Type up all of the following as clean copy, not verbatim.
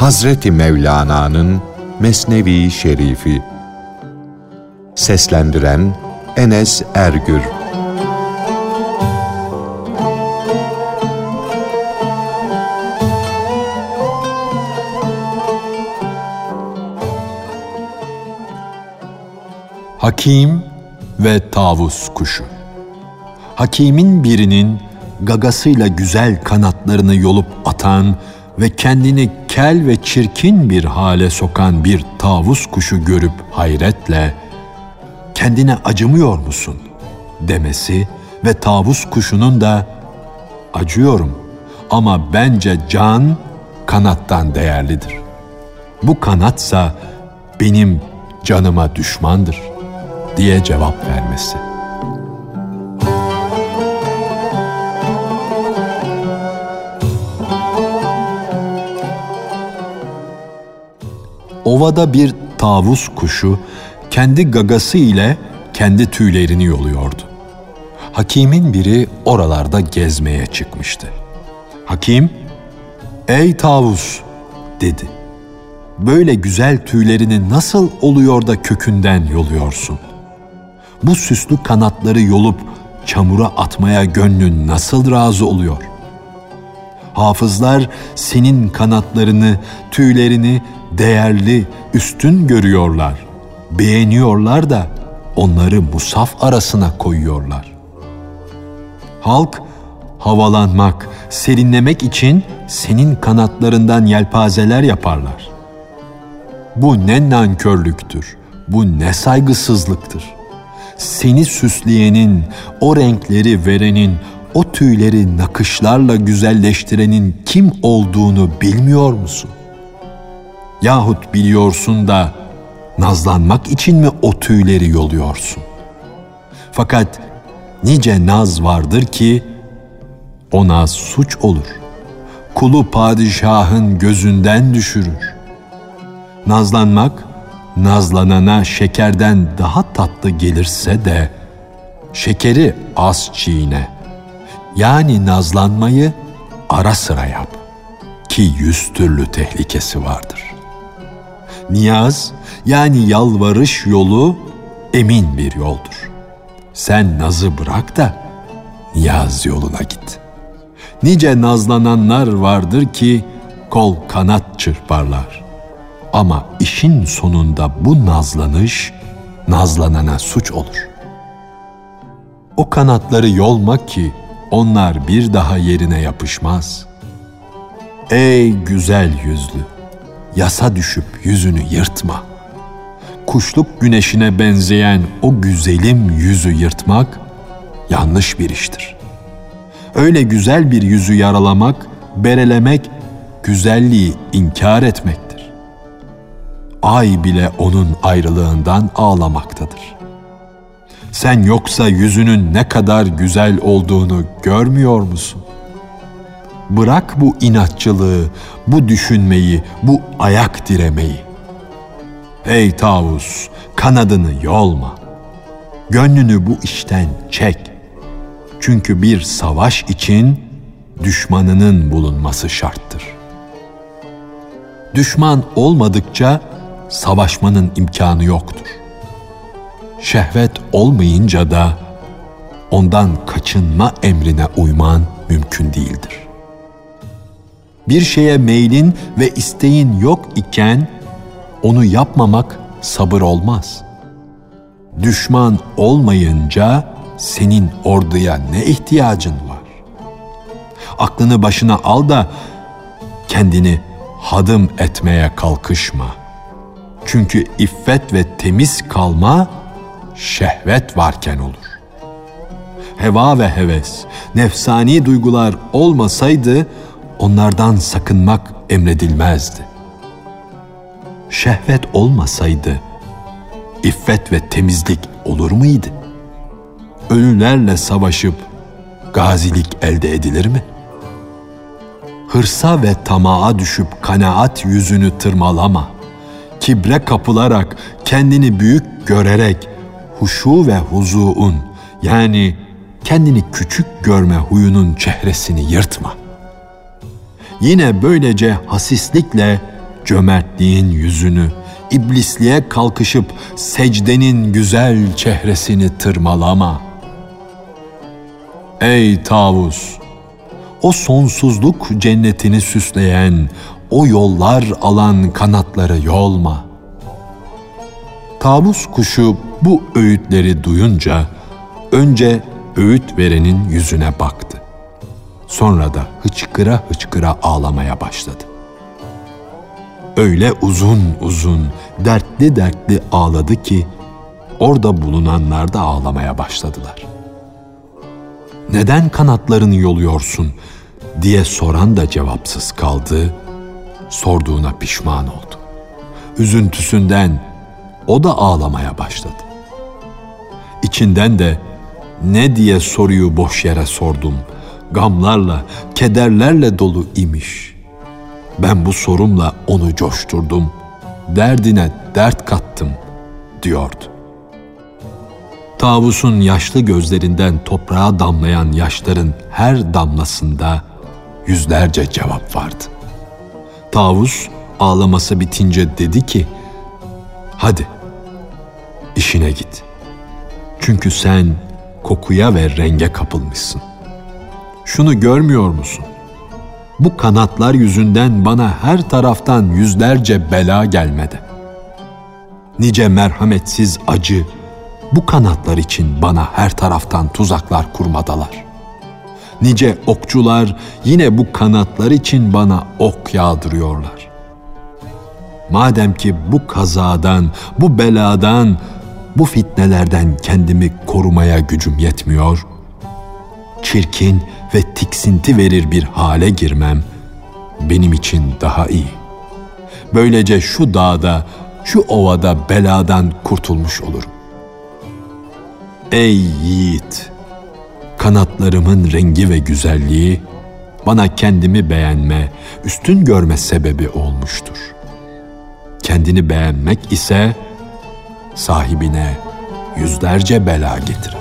Hazreti Mevlana'nın Mesnevi Şerifi. Seslendiren Enes Ergür. Hakim ve tavus kuşu. Hakimin birinin gagasıyla güzel kanatlarını yolup atan ve kendini kel ve çirkin bir hale sokan bir tavus kuşu görüp hayretle "Kendine acımıyor musun?" demesi ve tavus kuşunun da "Acıyorum ama bence can kanattan değerlidir. Bu kanatsa benim canıma düşmandır" diye cevap vermesi. Ovada bir tavus kuşu kendi gagası ile kendi tüylerini yoluyordu. Hakimin biri oralarda gezmeye çıkmıştı. Hakim, "Ey tavus," dedi. "Böyle güzel tüylerini nasıl oluyor da kökünden yoluyorsun? Bu süslü kanatları yolup çamura atmaya gönlün nasıl razı oluyor? Hafızlar senin kanatlarını, tüylerini değerli, üstün görüyorlar. Beğeniyorlar da onları musaf arasına koyuyorlar. Halk havalanmak, serinlemek için senin kanatlarından yelpazeler yaparlar. Bu ne nankörlüktür, bu ne saygısızlıktır. Seni süsleyenin, o renkleri verenin, o tüyleri nakışlarla güzelleştirenin kim olduğunu bilmiyor musun? Yahut biliyorsun da nazlanmak için mi o tüyleri yoluyorsun? Fakat nice naz vardır ki o naz suç olur. Kulu padişahın gözünden düşürür. Nazlanmak, nazlanana şekerden daha tatlı gelirse de şekeri az çiğne. Yani nazlanmayı ara sıra yap ki 100 türlü tehlikesi vardır. Niyaz yani yalvarış yolu emin bir yoldur. Sen nazı bırak da niyaz yoluna git. Nice nazlananlar vardır ki kol kanat çırparlar. Ama işin sonunda bu nazlanış nazlanana suç olur. O kanatları yolma ki onlar bir daha yerine yapışmaz. Ey güzel yüzlü, yasa düşüp yüzünü yırtma. Kuşluk güneşine benzeyen o güzelim yüzü yırtmak yanlış bir iştir. Öyle güzel bir yüzü yaralamak, berelemek, güzelliği inkar etmektir. Ay bile onun ayrılığından ağlamaktadır. Sen yoksa yüzünün ne kadar güzel olduğunu görmüyor musun? Bırak bu inatçılığı, bu düşünmeyi, bu ayak diremeyi. Ey tavus, kanadını yolma. Gönlünü bu işten çek. Çünkü bir savaş için düşmanının bulunması şarttır. Düşman olmadıkça savaşmanın imkanı yoktur. Şehvet olmayınca da ondan kaçınma emrine uyman mümkün değildir. Bir şeye meylin ve isteğin yok iken onu yapmamak sabır olmaz. Düşman olmayınca senin orduya ne ihtiyacın var? Aklını başına al da kendini hadım etmeye kalkışma. Çünkü iffet ve temiz kalma şehvet varken olur. Heva ve heves, nefsani duygular olmasaydı onlardan sakınmak emredilmezdi. Şehvet olmasaydı iffet ve temizlik olur muydu? Ölülerle savaşıp gazilik elde edilir mi? Hırsa ve tamağa düşüp kanaat yüzünü tırmalama. Kibre kapılarak, kendini büyük görerek huşu ve huzuun yani kendini küçük görme huyunun çehresini yırtma. Yine böylece hasislikle cömertliğin yüzünü, iblisliğe kalkışıp secdenin güzel çehresini tırmalama. Ey tavus! O sonsuzluk cennetini süsleyen, o yollar alan kanatları yolma. Tavus kuşu bu öğütleri duyunca önce öğüt verenin yüzüne baktı. Sonra da hıçkıra hıçkıra ağlamaya başladı. Öyle uzun uzun, dertli dertli ağladı ki orada bulunanlar da ağlamaya başladılar. Neden kanatlarını yoluyorsun diye soran da cevapsız kaldı, sorduğuna pişman oldu. Üzüntüsünden o da ağlamaya başladı. İçinden de ne diye soruyu boş yere sordum, gamlarla, kederlerle dolu imiş. Ben bu sorumla onu coşturdum, derdine dert kattım diyordu. Tavusun yaşlı gözlerinden toprağa damlayan yaşların her damlasında yüzlerce cevap vardı. Tavus ağlaması bitince dedi ki, hadi işine git. Çünkü sen kokuya ve renge kapılmışsın. Şunu görmüyor musun? Bu kanatlar yüzünden bana her taraftan yüzlerce bela gelmedi. Nice merhametsiz acı bu kanatlar için bana her taraftan tuzaklar kurmadalar. Nice okçular yine bu kanatlar için bana ok yağdırıyorlar. Madem ki bu kazadan, bu beladan, bu fitnelerden kendimi korumaya gücüm yetmiyor, çirkin ve tiksinti verir bir hale girmem benim için daha iyi. Böylece şu dağda, şu ovada beladan kurtulmuş olurum. Ey yiğit! Kanatlarımın rengi ve güzelliği bana kendimi beğenme, üstün görme sebebi olmuştur. Kendini beğenmek ise sahibine yüzlerce bela getirir.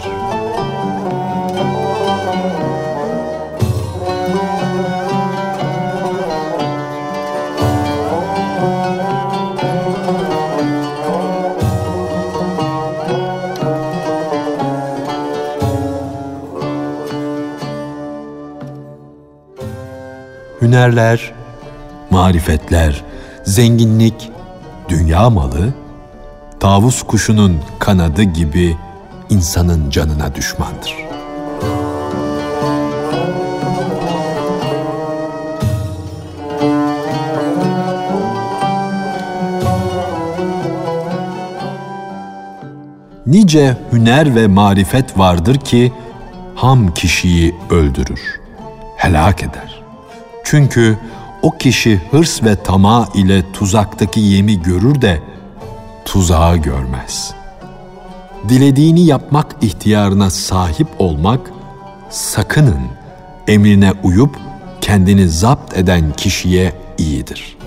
Hünerler, marifetler, zenginlik, dünya malı, tavus kuşunun kanadı gibi insanın canına düşmandır. Nice hüner ve marifet vardır ki ham kişiyi öldürür, helak eder. Çünkü o kişi hırs ve tamah ile tuzaktaki yemi görür de tuzağı görmez. Dilediğini yapmak ihtiyarına sahip olmak, sakının emrine uyup kendini zapt eden kişiye iyidir.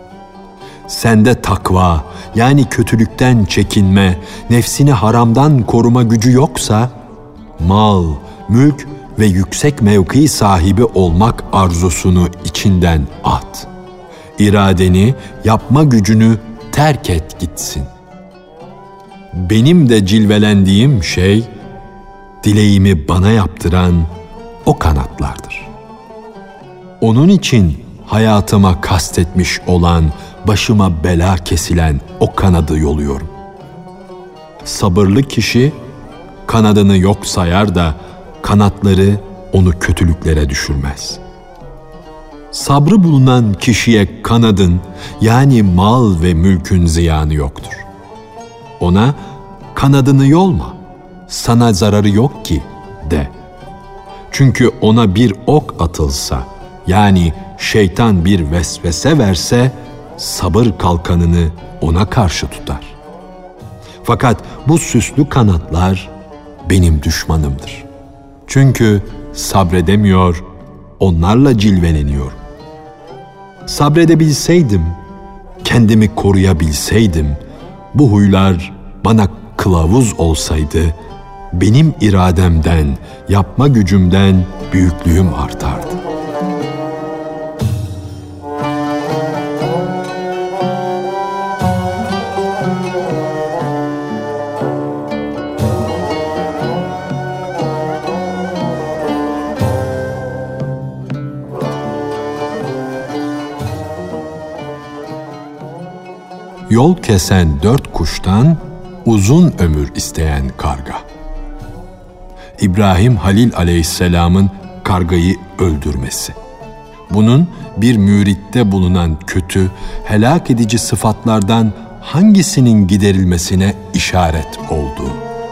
Sende takva, yani kötülükten çekinme, nefsini haramdan koruma gücü yoksa, mal, mülk ve yüksek mevki sahibi olmak arzusunu içinden at. İradeni, yapma gücünü terk et gitsin. Benim de cilvelendiğim şey, dileğimi bana yaptıran o kanatlardır. Onun için hayatıma kastetmiş olan, başıma bela kesilen o kanadı yoluyorum. Sabırlı kişi kanadını yok sayar da kanatları onu kötülüklere düşürmez. Sabrı bulunan kişiye kanadın, yani mal ve mülkün ziyanı yoktur. Ona kanadını yolma, sana zararı yok ki de. Çünkü ona bir ok atılsa, yani şeytan bir vesvese verse, sabır kalkanını ona karşı tutar. Fakat bu süslü kanatlar benim düşmanımdır. Çünkü sabredemiyor, onlarla cilveleniyor. Sabredebilseydim, kendimi koruyabilseydim, bu huylar bana kılavuz olsaydı, benim irademden, yapma gücümden büyüklüğüm artardı. Yol kesen 4 kuştan uzun ömür isteyen karga. İbrahim Halil Aleyhisselam'ın kargayı öldürmesi. Bunun bir müritte bulunan kötü, helak edici sıfatlardan hangisinin giderilmesine işaret oldu?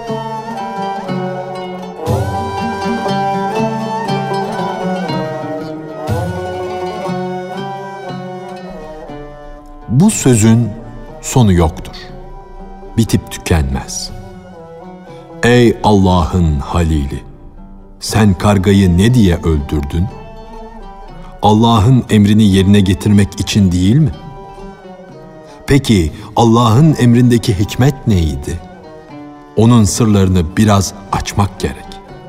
Bu sözün sonu yoktur. Bitip tükenmez. Ey Allah'ın halili! Sen kargayı ne diye öldürdün? Allah'ın emrini yerine getirmek için değil mi? Peki Allah'ın emrindeki hikmet neydi? Onun sırlarını biraz açmak gerek.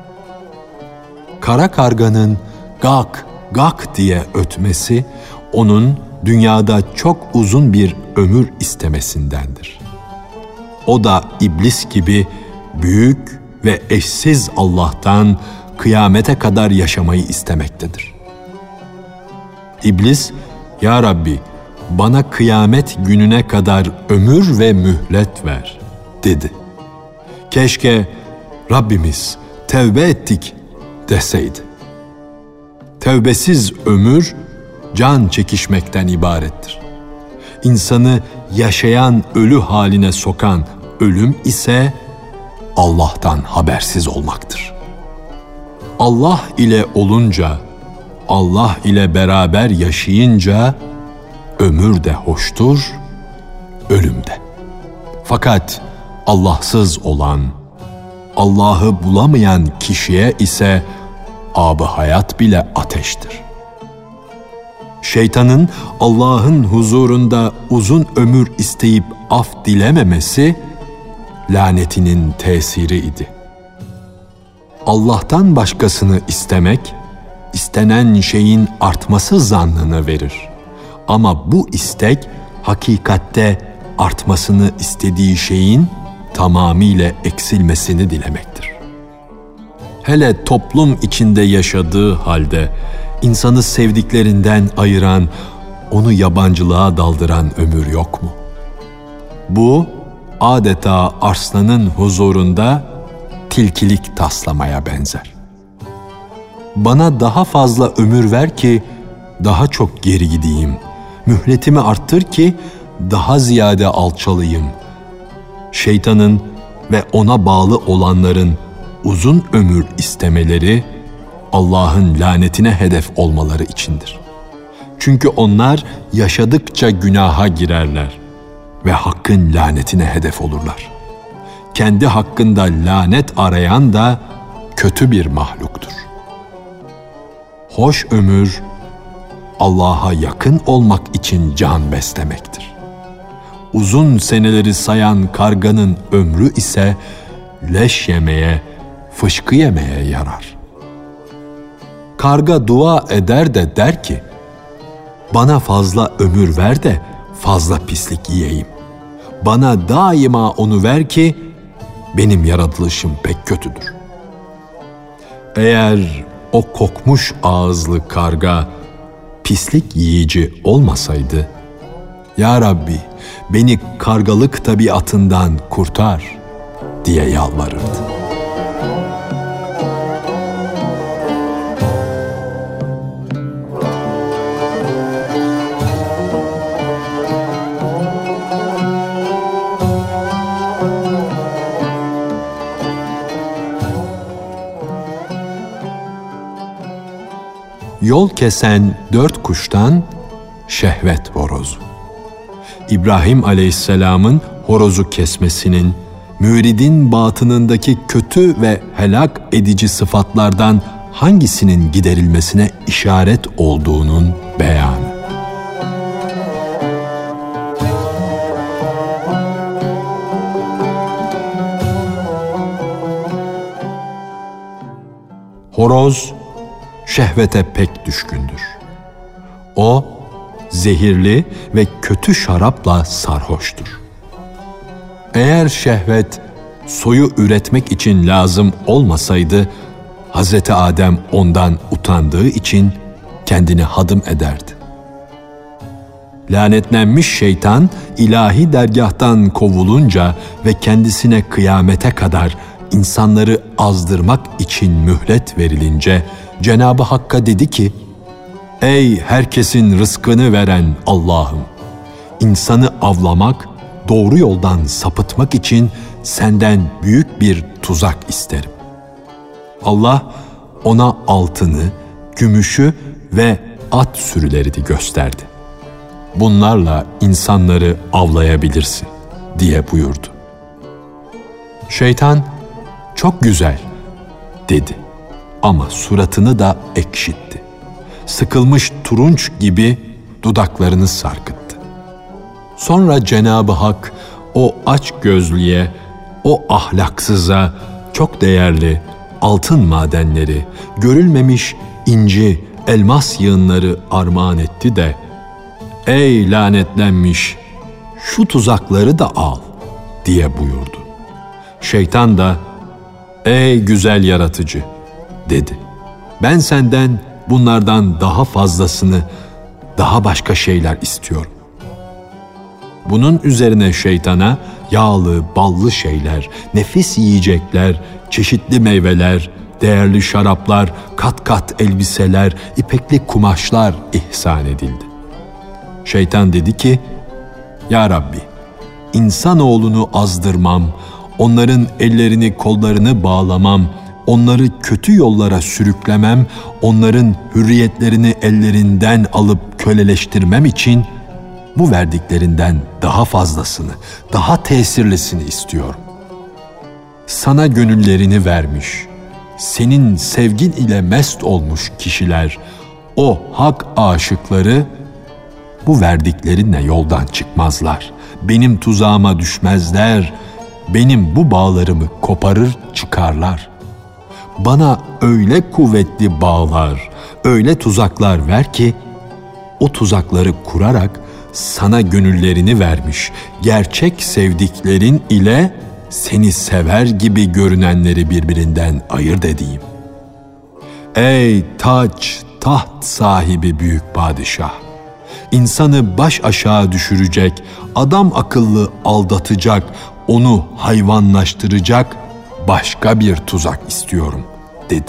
Kara karganın gak gak diye ötmesi, onun dünyada çok uzun bir ömür istemesindendir. O da iblis gibi büyük ve eşsiz Allah'tan kıyamete kadar yaşamayı istemektedir. İblis, "Ya Rabbi, bana kıyamet gününe kadar ömür ve mühlet ver," dedi. Keşke Rabbimiz tevbe ettik deseydi. Tevbesiz ömür, can çekişmekten ibarettir. İnsanı yaşayan ölü haline sokan ölüm ise Allah'tan habersiz olmaktır. Allah ile olunca, Allah ile beraber yaşayınca ömür de hoştur, ölüm de. Fakat Allahsız olan, Allah'ı bulamayan kişiye ise ab-ı hayat bile ateştir. Şeytanın Allah'ın huzurunda uzun ömür isteyip af dilememesi lanetinin tesiri idi. Allah'tan başkasını istemek, istenen şeyin artması zannını verir. Ama bu istek hakikatte artmasını istediği şeyin tamamıyla eksilmesini dilemektir. Hele toplum içinde yaşadığı halde insanı sevdiklerinden ayıran, onu yabancılığa daldıran ömür yok mu? Bu adeta arslanın huzurunda tilkilik taslamaya benzer. Bana daha fazla ömür ver ki daha çok geri gideyim. Mühletimi arttır ki daha ziyade alçalayım. Şeytanın ve ona bağlı olanların uzun ömür istemeleri Allah'ın lanetine hedef olmaları içindir. Çünkü onlar yaşadıkça günaha girerler ve Hakk'ın lanetine hedef olurlar. Kendi hakkında lanet arayan da kötü bir mahluktur. Hoş ömür, Allah'a yakın olmak için can beslemektir. Uzun seneleri sayan karganın ömrü ise leş yemeye, fışkı yemeye yarar. Karga dua eder de der ki, "Bana fazla ömür ver de fazla pislik yiyeyim. Bana daima onu ver ki benim yaratılışım pek kötüdür." Eğer o kokmuş ağızlı karga pislik yiyici olmasaydı, "Ya Rabbi, beni kargalık tabiatından kurtar," diye yalvarırdı. Yol kesen 4 kuştan şehvet horozu. İbrahim Aleyhisselam'ın horozu kesmesinin, müridin batınındaki kötü ve helak edici sıfatlardan hangisinin giderilmesine işaret olduğunun beyanı. Horoz, şehvete pek düşkündür. O, zehirli ve kötü şarapla sarhoştur. Eğer şehvet, soyu üretmek için lazım olmasaydı, Hazreti Adem ondan utandığı için kendini hadım ederdi. Lanetlenmiş şeytan ilahi dergâhtan kovulunca ve kendisine kıyamete kadar insanları azdırmak için mühlet verilince Cenab-ı Hakk'a dedi ki: "Ey herkesin rızkını veren Allah'ım! İnsanı avlamak, doğru yoldan sapıtmak için senden büyük bir tuzak isterim." Allah ona altını, gümüşü ve at sürülerini gösterdi. "Bunlarla insanları avlayabilirsin," diye buyurdu. Şeytan, "Çok güzel," dedi ama suratını da ekşitti. Sıkılmış turunç gibi dudaklarını sarkıttı. Sonra Cenab-ı Hak o aç gözlüye, o ahlaksıza çok değerli altın madenleri, görülmemiş inci, elmas yığınları armağan etti de, "Ey lanetlenmiş, şu tuzakları da al," diye buyurdu. Şeytan da, "Ey güzel yaratıcı," dedi. "Ben senden bunlardan daha fazlasını, daha başka şeyler istiyorum." Bunun üzerine şeytana yağlı, ballı şeyler, nefis yiyecekler, çeşitli meyveler, değerli şaraplar, kat kat elbiseler, ipekli kumaşlar ihsan edildi. Şeytan dedi ki: "Ya Rabbi, insanoğlunu azdırmam, onların ellerini kollarını bağlamam, onları kötü yollara sürüklemem, onların hürriyetlerini ellerinden alıp köleleştirmem için bu verdiklerinden daha fazlasını, daha tesirlisini istiyorum. Sana gönüllerini vermiş, senin sevgin ile mest olmuş kişiler, o hak aşıkları bu verdiklerinle yoldan çıkmazlar. Benim tuzağıma düşmezler, benim bu bağlarımı koparır çıkarlar. Bana öyle kuvvetli bağlar, öyle tuzaklar ver ki, o tuzakları kurarak sana gönüllerini vermiş, gerçek sevdiklerin ile seni sever gibi görünenleri birbirinden ayırt edeyim. Ey taç, taht sahibi büyük padişah! İnsanı baş aşağı düşürecek, adam akıllı aldatacak, onu hayvanlaştıracak başka bir tuzak istiyorum," dedi.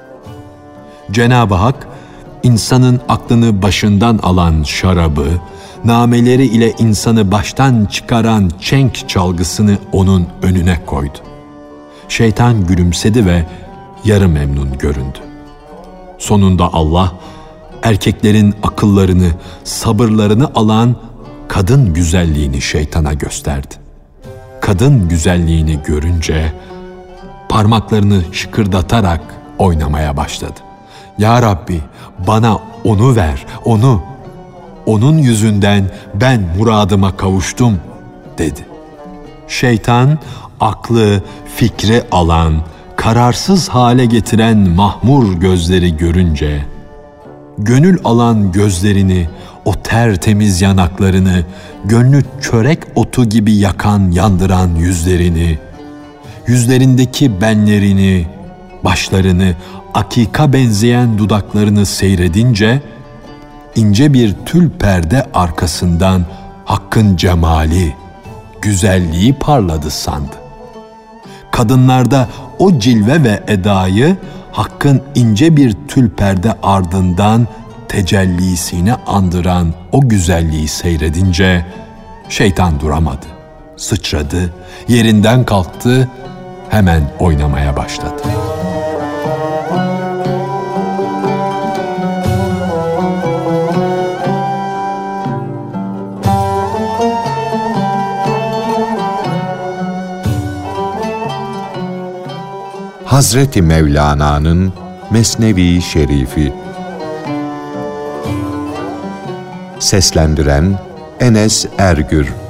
Cenab-ı Hak, insanın aklını başından alan şarabı, nameleri ile insanı baştan çıkaran çenk çalgısını onun önüne koydu. Şeytan gülümsedi ve yarı memnun göründü. Sonunda Allah, erkeklerin akıllarını, sabırlarını alan kadın güzelliğini şeytana gösterdi. Kadın güzelliğini görünce parmaklarını şıkırdatarak oynamaya başladı. "Ya Rabbi, bana onu ver, onu. Onun yüzünden ben muradıma kavuştum," dedi. Şeytan, aklı, fikri alan, kararsız hale getiren mahmur gözleri görünce, gönül alan gözlerini, o tertemiz yanaklarını, gönlü çörek otu gibi yakan, yandıran yüzlerini, yüzlerindeki benlerini, başlarını, akika benzeyen dudaklarını seyredince, ince bir tül perde arkasından Hakk'ın cemali, güzelliği parladı sandı. Kadınlarda o cilve ve edayı Hakk'ın ince bir tül perde ardından tecellisini andıran o güzelliği seyredince şeytan duramadı, sıçradı, yerinden kalktı, hemen oynamaya başladı. Hazreti Mevlana'nın Mesnevi Şerifi. Seslendiren Enes Ergür.